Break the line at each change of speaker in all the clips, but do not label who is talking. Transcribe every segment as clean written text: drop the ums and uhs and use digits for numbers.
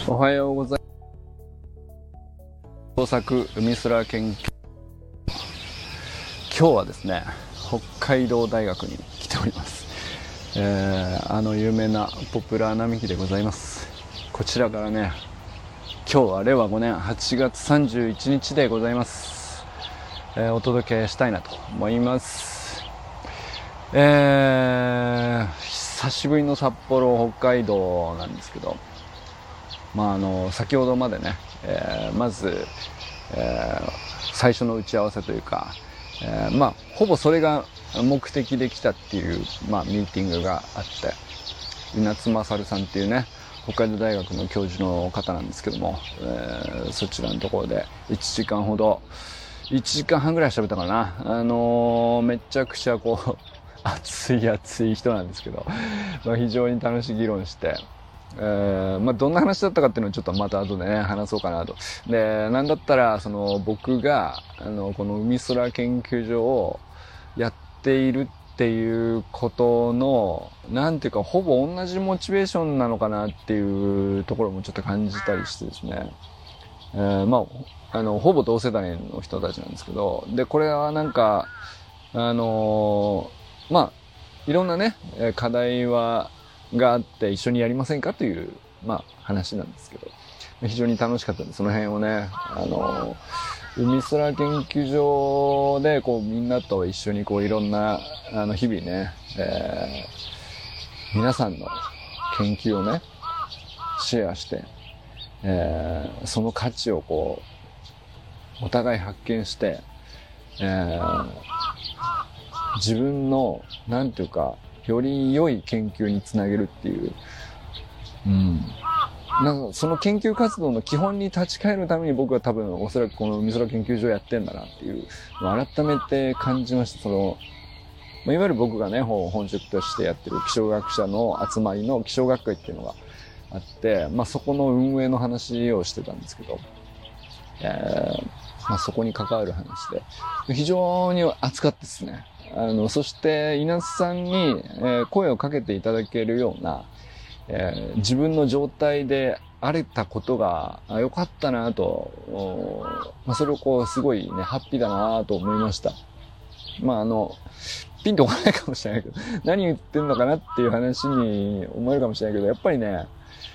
おはようございます。創作海空研究。今日はですね、北海道大学に来ております。有名なポプラ並木でございます。こちらからね、今日は令和5年8月31日でございます。お届けしたいなと思います。久しぶりの札幌、北海道なんですけど、先ほどまでね、まず、最初の打ち合わせというか、ほぼそれが目的で来たっていう、ミーティングがあって、稲津勝さんっていうね、北海道大学の教授の方なんですけども、そちらのところで1時間ほど、1時間半ぐらい喋ったかな。めちゃくちゃ熱い人なんですけど、非常に楽しい議論して、どんな話だったかっていうのをちょっとまた後でね、話そうかなと。で、なんだったら、僕が、この海空研究所をやっているっていうことの、なんていうか、ほぼ同じモチベーションなのかなっていうところもちょっと感じたりしてですね。ほぼ同世代の人たちなんですけど、で、これはなんか、いろんなね、課題があって一緒にやりませんかという、話なんですけど、非常に楽しかったんで、その辺をね、海空研究所で、みんなと一緒にいろんな、日々ね、皆さんの研究をね、シェアして、その価値をお互い発見して、自分の、なんていうか、より良い研究につなげるっていう、なんかその研究活動の基本に立ち返るために僕は多分おそらくこの海空研究所をやってんだなっていうのを改めて感じました。いわゆる僕がね、本職としてやってる気象学者の集まりの気象学会っていうのがあって、そこの運営の話をしてたんですけど、そこに関わる話で、非常に熱かったですね。そして稲津さんに、声をかけていただけるような、自分の状態であれたことが良かったなと、それをすごいね、ハッピーだなと思いました。ピンとこないかもしれないけど、何言ってんのかなっていう話に思えるかもしれないけど、やっぱりね、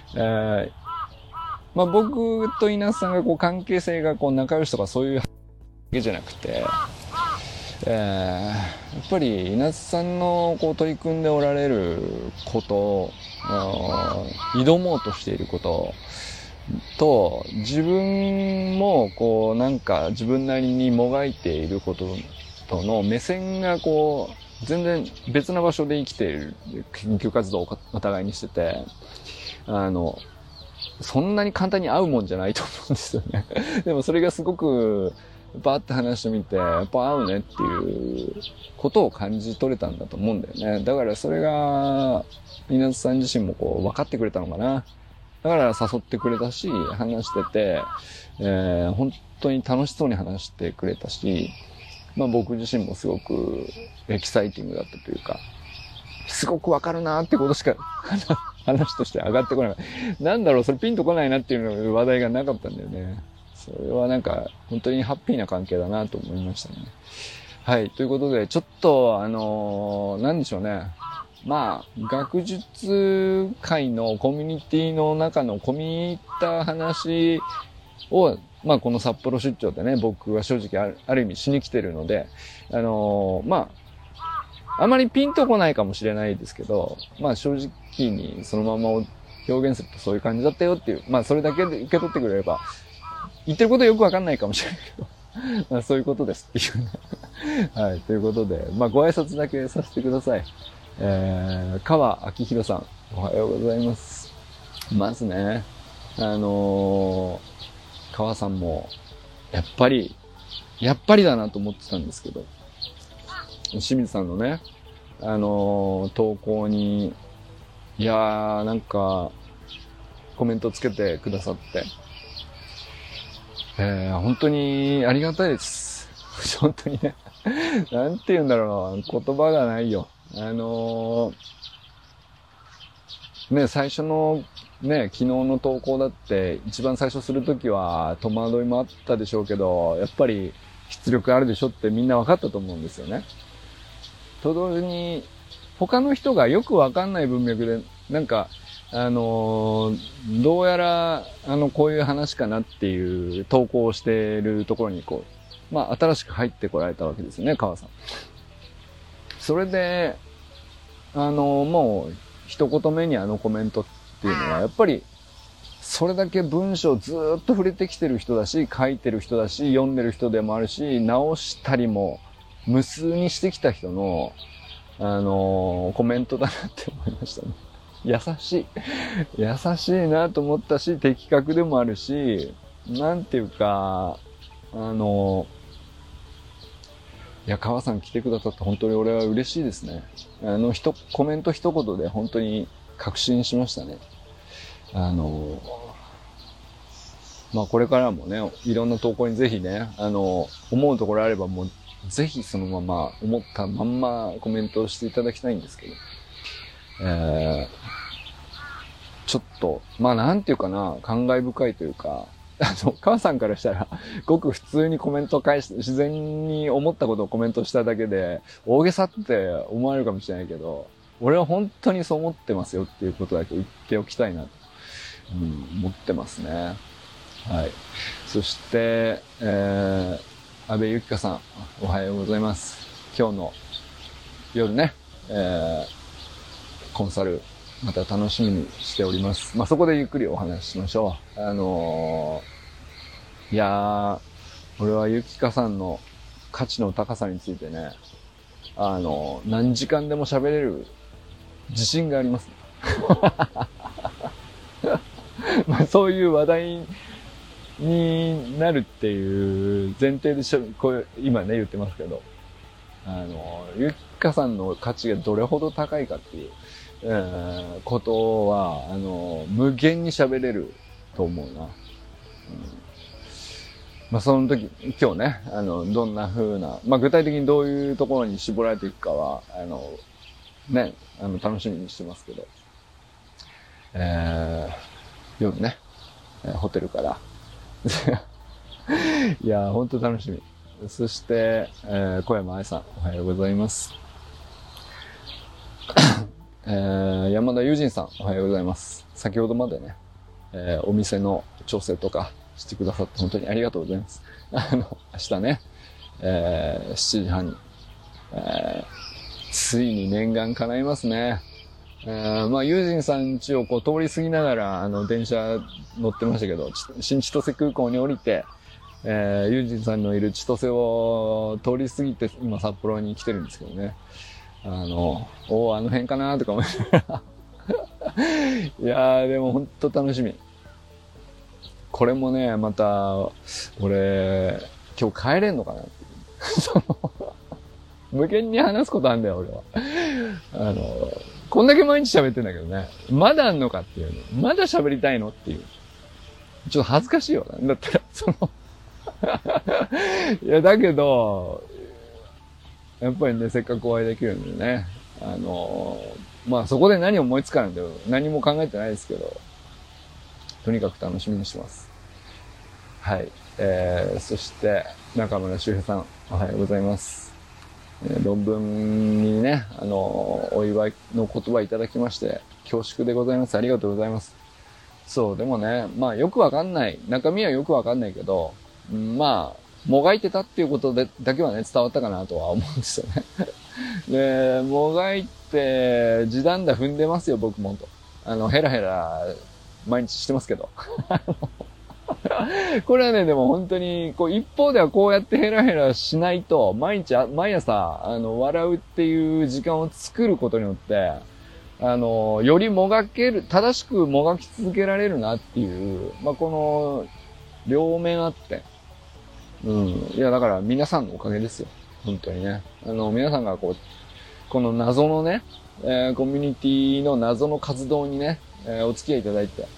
僕と稲津さんが関係性が仲良しとかそういうわけじゃなくて、やっぱり稲津さんの取り組んでおられること、挑もうとしていることと、自分も自分なりにもがいていることとの目線が全然別な場所で生きている研究活動をお互いにしてて、そんなに簡単に会うもんじゃないと思うんですよね。でもそれがすごくバーって話してみて、やっぱ合うねっていうことを感じ取れたんだと思うんだよね。だからそれが、稲津さん自身も分かってくれたのかな。だから誘ってくれたし、話してて、本当に楽しそうに話してくれたし、僕自身もすごくエキサイティングだったというか、すごくわかるなーってことしか話として上がってこない。なんだろう、それピンとこないなっていうの話題がなかったんだよね。それはなんか、本当にハッピーな関係だなと思いましたね。はい、ということで、ちょっと、なんでしょうね。学術界のコミュニティの中の込み入った話を、この札幌出張でね、僕は正直ある意味しに来てるので、あまりピンとこないかもしれないですけど、正直にそのまま表現するとそういう感じだったよっていう、それだけで受け取ってくれれば、言ってることよくわかんないかもしれないけど、そういうことですっていうね。はい、ということで、ご挨拶だけさせてください。川明宏さん、おはようございます。まずね、川さんも、やっぱりだなと思ってたんですけど、清水さんのね、投稿に、なんか、コメントつけてくださって、本当にありがたいです。本当にね。なんて言うんだろうな、言葉がないよ。最初のね、昨日の投稿だって一番最初するときは戸惑いもあったでしょうけど、やっぱり出力あるでしょってみんな分かったと思うんですよね。と同時に、他の人がよく分かんない文脈で、なんか、どうやら、こういう話かなっていう投稿をしているところに新しく入ってこられたわけですよね、川さん。それで、もう、一言目にコメントっていうのは、やっぱり、それだけ文章ずーっと触れてきてる人だし、書いてる人だし、読んでる人でもあるし、直したりも無数にしてきた人の、コメントだなって思いましたね。優しい。優しいなと思ったし、的確でもあるし、なんていうか、いや、川さん来てくださって本当に俺は嬉しいですね。コメント一言で本当に確信しましたね。これからもね、いろんな投稿にぜひね、思うところあればもう、ぜひそのまま、思ったまんまコメントをしていただきたいんですけど、ちょっと、なんていうかな、感慨深いというか、母さんからしたら、ごく普通にコメントを返して、自然に思ったことをコメントしただけで、大げさって思われるかもしれないけど、俺は本当にそう思ってますよっていうことだけ言っておきたいなと、思ってますね。はい。そして、安倍ゆきかさん、おはようございます。今日の夜ね、コンサル、また楽しみにしております。そこでゆっくりお話ししましょう。いやー、俺はゆきかさんの価値の高さについてね、何時間でも喋れる自信があります。そういう話題になるっていう前提でこれ今ね言ってますけど、ゆきかさんの価値がどれほど高いかっていう、ことは、無限に喋れると思うな。その時、今日ね、どんな風な、具体的にどういうところに絞られていくかは、ね、楽しみにしてますけど、夜ね、ホテルから、いや、ほんと楽しみ。そして、小山愛さん、おはようございます。山田友人さん、おはようございます。先ほどまでね、お店の調整とかしてくださって本当にありがとうございます。明日ね、7時半に、ついに念願叶いますね。友人さん家を通り過ぎながら、電車乗ってましたけど、新千歳空港に降りて、友人さんのいる千歳を通り過ぎて、今札幌に来てるんですけどね。あの辺かなとか思いながら。いやー、でもほんと楽しみ。これもね、また、俺、今日帰れんのかなって無限に話すことあんだよ、俺は。こんだけ毎日喋ってんだけどね。まだあんのかっていうの。まだ喋りたいのっていう。ちょっと恥ずかしいよな。だったら、いや、だけど、やっぱりね、せっかくお会いできるんでね。そこで何を思いつかないんだよ。何も考えてないですけど、とにかく楽しみにしてます。はい。そして、中村修平さん、おはようございます。論文にね、お祝いの言葉いただきまして、恐縮でございます。ありがとうございます。そう、でもね、よくわかんない。中身はよくわかんないけど、もがいてたっていうことで、だけはね、伝わったかなとは思うんですよね。で、もがいて、地団打踏んでますよ、僕もと。ヘラヘラ、毎日してますけど。これはね、でも本当に、一方ではこうやってヘラヘラしないと、毎朝、笑うっていう時間を作ることによって、より正しくもがき続けられるなっていう、この、両面あって、いや、だから皆さんのおかげですよ。本当にね。皆さんがこの謎のね、コミュニティの謎の活動にね、お付き合いいただいて、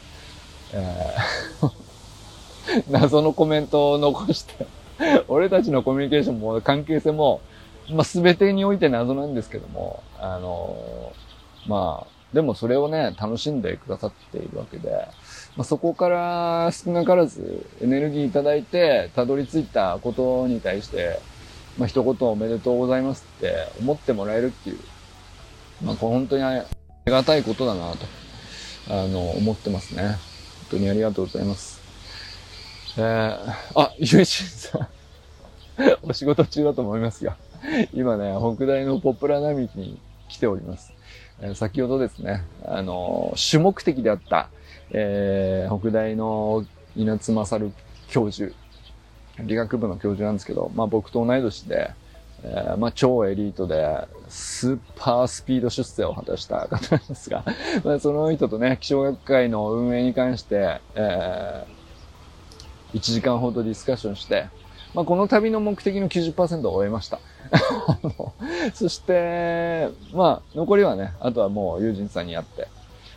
謎のコメントを残して、俺たちのコミュニケーションも関係性も、全てにおいて謎なんですけども、 でもそれをね、楽しんでくださっているわけで、そこから少なからずエネルギーいただいて、たどり着いたことに対して、一言おめでとうございますって思ってもらえるっていう、これ本当にありがたいことだなと、思ってますね。本当にありがとうございます。ゆうしんさん、お仕事中だと思いますが、今ね、北大のポプラ並木に来ております。先ほどですね、主目的であった、北大の稲津勝教授、理学部の教授なんですけど、僕と同い年で、超エリートで、スーパースピード出世を果たした方なんですが、その人とね、気象学会の運営に関して、1時間ほどディスカッションして、この旅の目的の 90% を終えました。そして、残りはね、あとはもう友人さんに会って、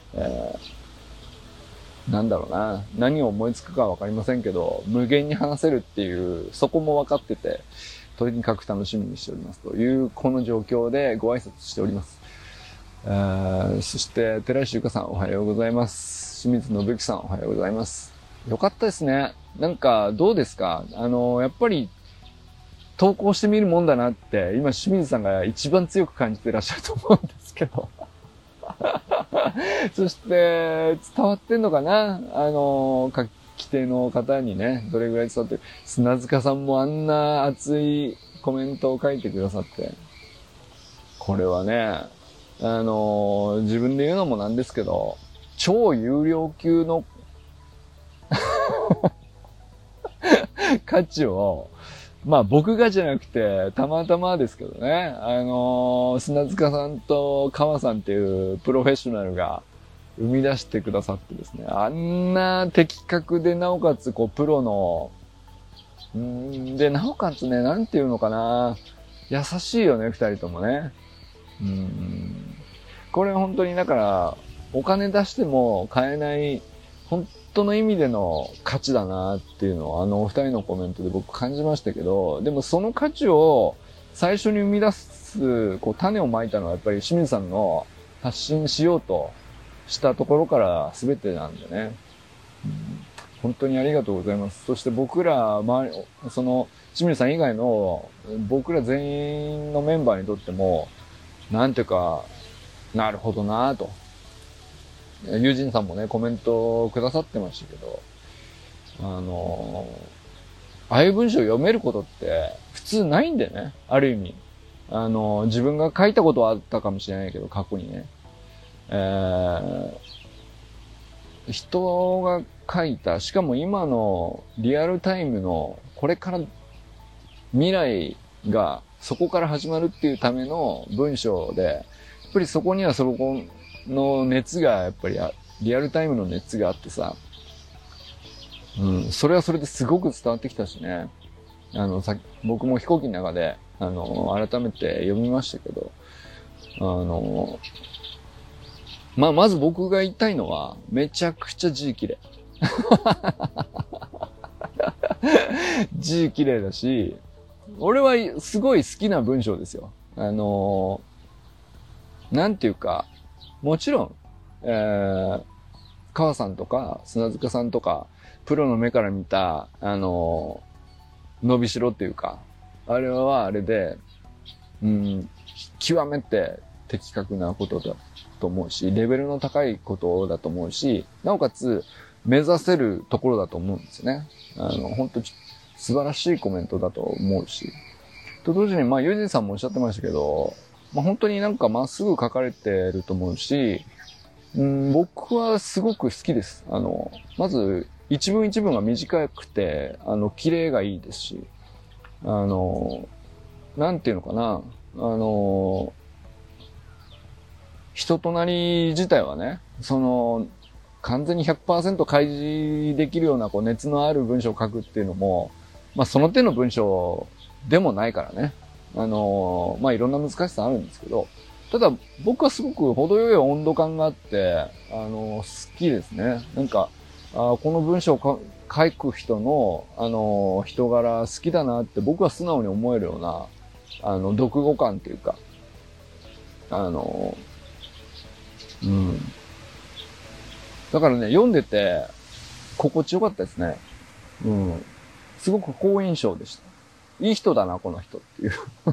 なんだろうな、何を思いつくかはわかりませんけど、無限に話せるっていう、そこも分かってて、とにかく楽しみにしておりますという、この状況でご挨拶しております。そして、寺石ゆかさんおはようございます。清水信之さんおはようございます。よかったですね。なんか、どうですか？やっぱり、投稿してみるもんだなって、今清水さんが一番強く感じてらっしゃると思うんですけど。そして、伝わってんのかな？書き手の方にね、どれぐらい伝わってる。砂塚さんもあんな熱いコメントを書いてくださって。これはね、自分で言うのもなんですけど、超有料級の価値を、僕がじゃなくて、たまたまですけどね、砂塚さんと川さんっていうプロフェッショナルが生み出してくださってですね、あんな的確でなおかつプロの、で、なおかつね、なんていうのかな、優しいよね、二人ともね。これ本当にだから、お金出しても買えない、本当の意味での価値だなっていうのをお二人のコメントで僕感じましたけど、でもその価値を最初に生み出す種をまいたのはやっぱり清水さんの発信しようとしたところから全てなんでね、本当にありがとうございます。そして僕らその清水さん以外の僕ら全員のメンバーにとってもなんていうかなるほどなぁと。友人さんもね、コメントをくださってましたけど、ああいう文章を読めることって普通ないんでね、ある意味。自分が書いたことはあったかもしれないけど、過去にね。人が書いた、しかも今のリアルタイムの、これから未来がそこから始まるっていうための文章で、やっぱりそこにはそこの熱がやっぱりリアルタイムの熱があってさ、それはそれですごく伝わってきたしね。僕も飛行機の中で改めて読みましたけど、まず僕が言いたいのはめちゃくちゃ字綺麗。字綺麗だし、俺はすごい好きな文章ですよ。なんていうか、もちろん、川さんとか砂塚さんとかプロの目から見た伸びしろっていうか、あれはあれで、極めて的確なことだと思うし、レベルの高いことだと思うし、なおかつ目指せるところだと思うんですよね。本当素晴らしいコメントだと思うし、と同時にユージンさんもおっしゃってましたけど、本当になんかまっすぐ書かれてると思うし、僕はすごく好きです。まず、一文一文が短くて、綺麗がいいですし、なんていうのかな、人となり自体はね、完全に 100% 開示できるような熱のある文章を書くっていうのも、その手の文章でもないからね。いろんな難しさあるんですけど、ただ僕はすごく程よい温度感があって、好きですね。なんか、この文章を書く人の、人柄好きだなって僕は素直に思えるような、読後感っていうか、 うん。だからね、読んでて、心地よかったですね。うん。すごく好印象でした。いい人だな、この人っていう。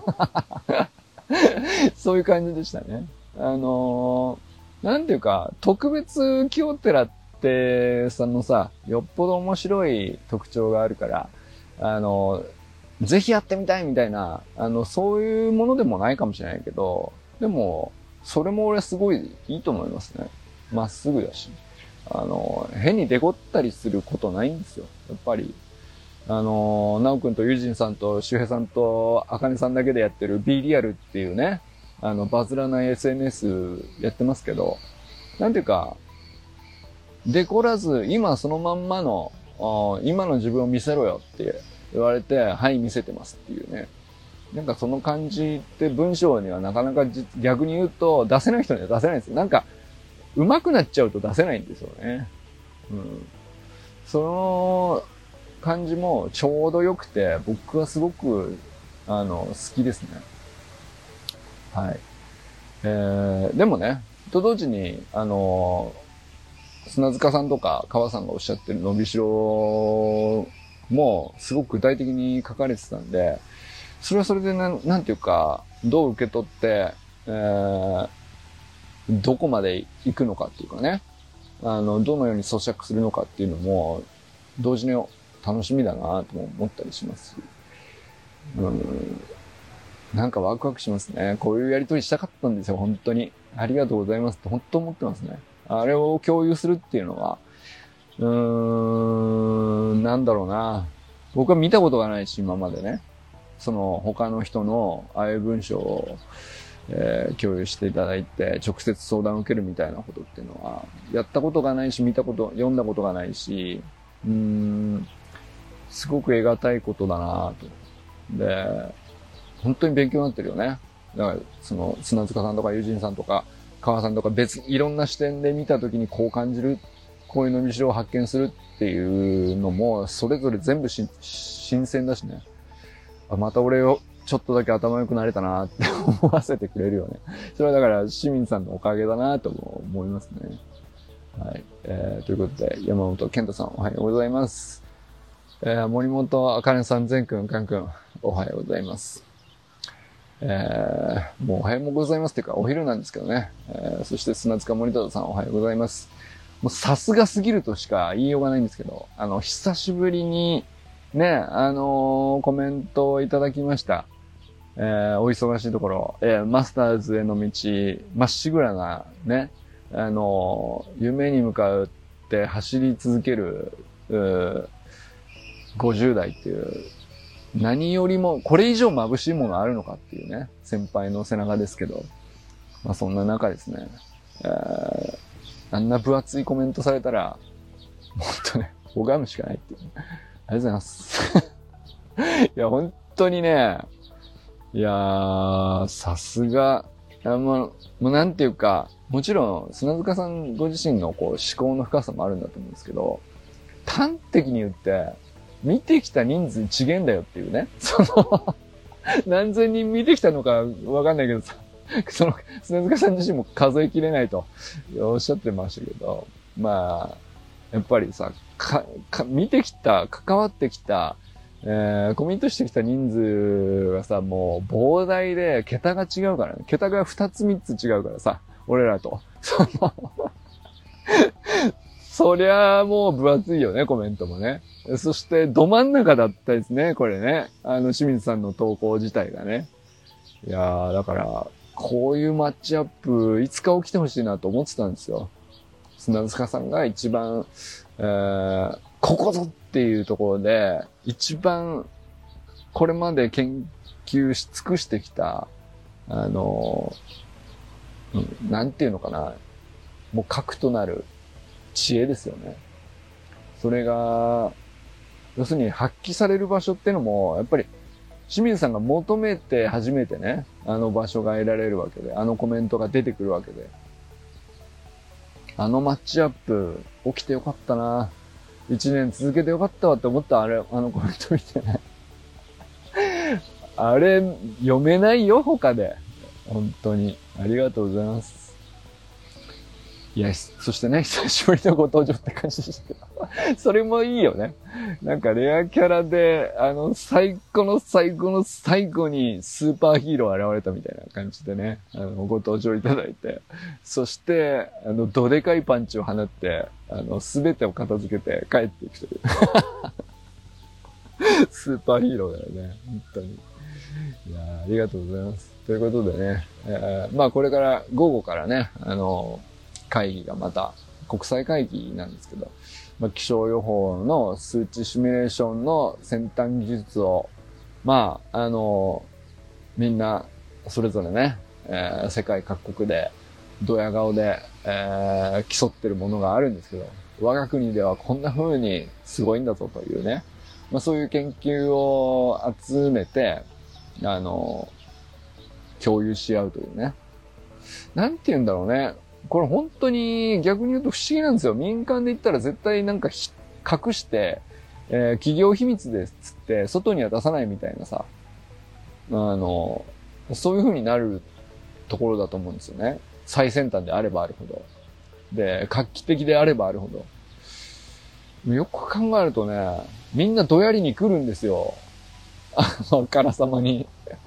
そういう感じでしたね。なんていうか、特別清寺ってさんのさ、よっぽど面白い特徴があるから、ぜひやってみたいみたいな、そういうものでもないかもしれないけど、でも、それも俺すごいいいと思いますね。まっすぐだし。変にデコったりすることないんですよ。やっぱり、なおくんとユジンさんと周平さんとあかねさんだけでやってる B リアルっていうね、バズらない SNS やってますけど、なんていうか、デコらず、今そのまんまの、今の自分を見せろよって言われて、はい、見せてますっていうね。なんかその感じって文章にはなかなか逆に言うと出せない人には出せないんですよ。なんか、上手くなっちゃうと出せないんですよね。うん。その感じもちょうど良くて、僕はすごく、好きですね。はい。でもね、と同時に、砂塚さんとか川さんがおっしゃってる伸びしろもすごく具体的に書かれてたんで、それはそれでなんていうか、どう受け取って、どこまで行くのかっていうかね、どのように咀嚼するのかっていうのも、同時に楽しみだなとも思ったりしますし、なんかワクワクしますね。こういうやりとりしたかったんですよ、本当に。ありがとうございますって本当思ってますね。あれを共有するっていうのは、なんだろうな。僕は見たことがないし、今までね。その他の人のああいう文章を、共有していただいて、直接相談を受けるみたいなことっていうのは、やったことがないし、読んだことがないし、すごく得難いことだなと。で、本当に勉強になってるよね。だから、砂塚さんとか友人さんとか、川さんとかいろんな視点で見たときにこう感じる、こういう伸びしろを発見するっていうのも、それぞれ全部新鮮だしね。また俺をちょっとだけ頭良くなれたなって思わせてくれるよね。それはだから市民さんのおかげだなと思いますね。はい。ということで、山本健太さんおはようございます。森本あかねさん、善くん、かんくん、おはようございます。もうおはようございますっていうか、お昼なんですけどね。そして砂塚森忠さん、おはようございます。もうさすがすぎるとしか言いようがないんですけど、久しぶりに、ね、コメントをいただきました。お忙しいところ、マスターズへの道、まっしぐらな、ね、夢に向かって走り続ける、50代っていう、何よりも、これ以上眩しいものあるのかっていうね、先輩の背中ですけど、まあそんな中ですね、あんな分厚いコメントされたら、もっとね、拝むしかないっていう、ね。ありがとうございます。いや、本当にね、いやー、さすが、もうなんていうか、もちろん、砂塚さんご自身のこう思考の深さもあるんだと思うんですけど、端的に言って、見てきた人数違えんだよっていうね。何千人見てきたのかわかんないけどさ、砂塚さん自身も数えきれないとおっしゃってましたけど、まあ、やっぱりさ、見てきた、関わってきた、コミットしてきた人数がさ、もう膨大で桁が違うからね。桁が2つ3つ違うからさ、俺らと。そりゃあもう分厚いよね、コメントもね。そして、ど真ん中だったですね、これね。清水さんの投稿自体がね。いやー、だから、こういうマッチアップ、いつか起きてほしいなと思ってたんですよ。砂塚さんが一番、ここぞっていうところで、一番、これまで研究し尽くしてきた、なんていうのかな。もう核となる知恵ですよね。それが、要するに発揮される場所ってのも、やっぱり、清水さんが求めて初めてね、あの場所が得られるわけで、あのコメントが出てくるわけで。あのマッチアップ、起きてよかったな。1年続けてよかったわって思った、あのコメント見てね。あれ、読めないよ、他で。本当に。ありがとうございます。 いや、そしてね、久しぶりのご登場って感じでしたけど。それもいいよね。なんかレアキャラで、最後の最後の最後にスーパーヒーロー現れたみたいな感じでね、ご登場いただいて。そして、どでかいパンチを放って、すべてを片付けて帰っていくという。スーパーヒーローだよね。本当に。いやありがとうございます。ということでね、まあこれから午後からね、会議がまた国際会議なんですけど、まあ、気象予報の数値シミュレーションの先端技術を、まあ、みんなそれぞれね、世界各国でドヤ顔で、競ってるものがあるんですけど、我が国ではこんな風にすごいんだぞというね、まあそういう研究を集めて、共有し合うというね。なんて言うんだろうね。これ本当に逆に言うと不思議なんですよ。民間で言ったら絶対なんか隠して、企業秘密ですっつって外には出さないみたいなさ、そういう風になるところだと思うんですよね。最先端であればあるほど。で、画期的であればあるほど。よく考えるとね、みんなどやりに来るんですよ。あからさまに。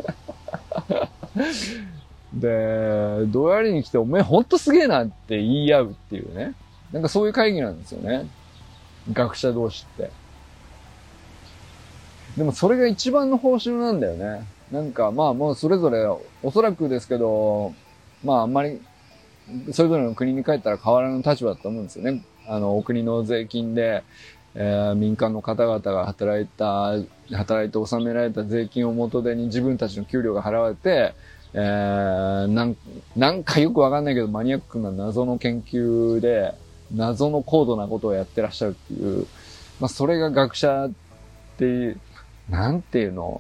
で、どやりに来て、お前ほんとすげえなって言い合うっていうね。なんかそういう会議なんですよね。学者同士って。でもそれが一番の報酬なんだよね。なんかまあもうそれぞれ、おそらくですけど、まああんまり、それぞれの国に帰ったら変わらぬ立場だと思うんですよね。お国の税金で、民間の方々が働いて納められた税金を元手に自分たちの給料が払われて、なんかよくわかんないけどマニアックな謎の研究で、謎の高度なことをやってらっしゃるっていう、まあそれが学者っていう、なんていうの、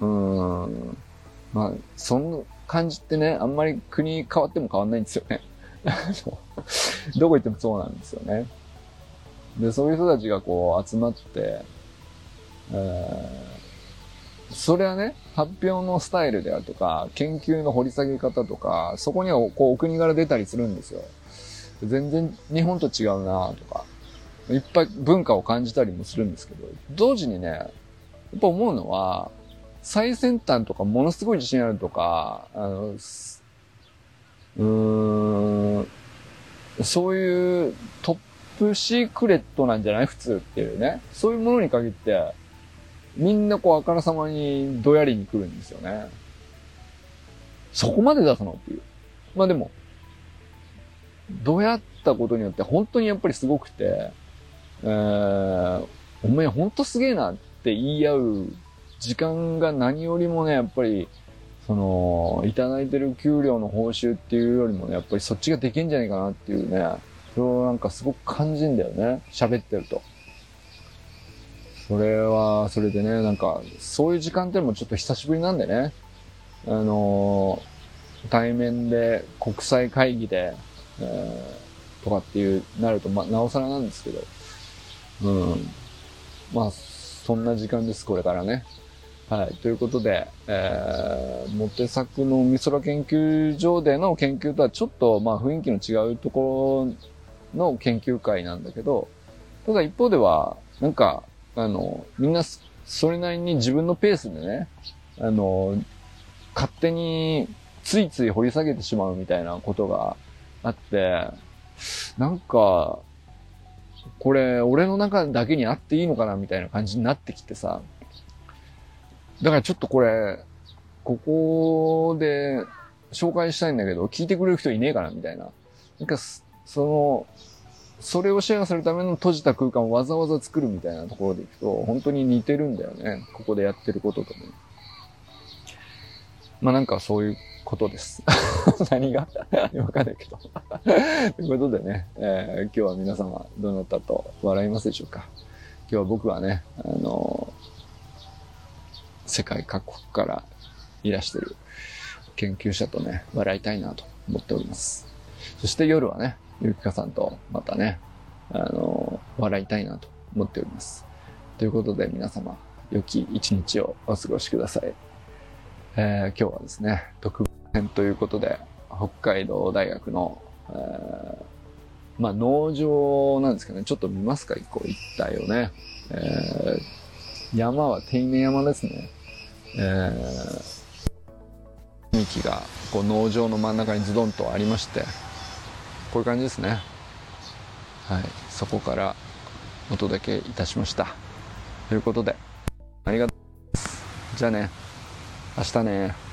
まあその感じってね、あんまり国変わっても変わんないんですよね。どこ行ってもそうなんですよね。で、そういう人たちがこう集まって、それはね、発表のスタイルであるとか、研究の掘り下げ方とか、そこにはこうお国柄出たりするんですよ。全然日本と違うなとか、いっぱい文化を感じたりもするんですけど、同時にね、やっぱ思うのは、最先端とかものすごい自信あるとか、そういうトップシークレットなんじゃない普通っていうね。そういうものに限って、みんなこうあからさまにどやりに来るんですよね。そこまで出すのっていう。まあでも、どやったことによって本当にやっぱりすごくて、お前本当すげえなって言い合う時間が何よりもね、やっぱり、いただいてる給料の報酬っていうよりもね、やっぱりそっちができんじゃないかなっていうね、それをなんかすごく感じんだよね。喋ってると。それは、それでね、なんか、そういう時間ってのもちょっと久しぶりなんでね。対面で国際会議で、とかっていうなると、まあ、なおさらなんですけど。まあ、そんな時間です、これからね。はい。ということで、モテ作の美空研究所での研究とはちょっと、まあ、雰囲気の違うところの研究会なんだけど、ただ一方では、なんか、みんな、それなりに自分のペースでね、勝手についつい掘り下げてしまうみたいなことがあって、なんか、これ、俺の中だけにあっていいのかなみたいな感じになってきてさ。だからちょっとこれ、ここで紹介したいんだけど、聞いてくれる人いねえかなみたいな。なんか、それをシェアするための閉じた空間をわざわざ作るみたいなところでいくと、本当に似てるんだよね。ここでやってることとね。まあなんかそういうことです。何がわかんないけど。ということでね、今日は皆様どなたと笑いますでしょうか。今日は僕はね、世界各国からいらしてる研究者とね、笑いたいなと思っております。そして夜はね、ゆきかさんとまたね、笑いたいなと思っております。ということで皆様、良き一日をお過ごしください。今日はですね、特別編ということで、北海道大学の、 まあ農場なんですけどね、ちょっと見ますか、こう一帯をね。山は手稲山ですね。雰囲気がこう農場の真ん中にズドンとありまして、こういう感じですね。はい、そこからお届けいたしました。ということで、ありがとうございます。じゃあね、明日ね。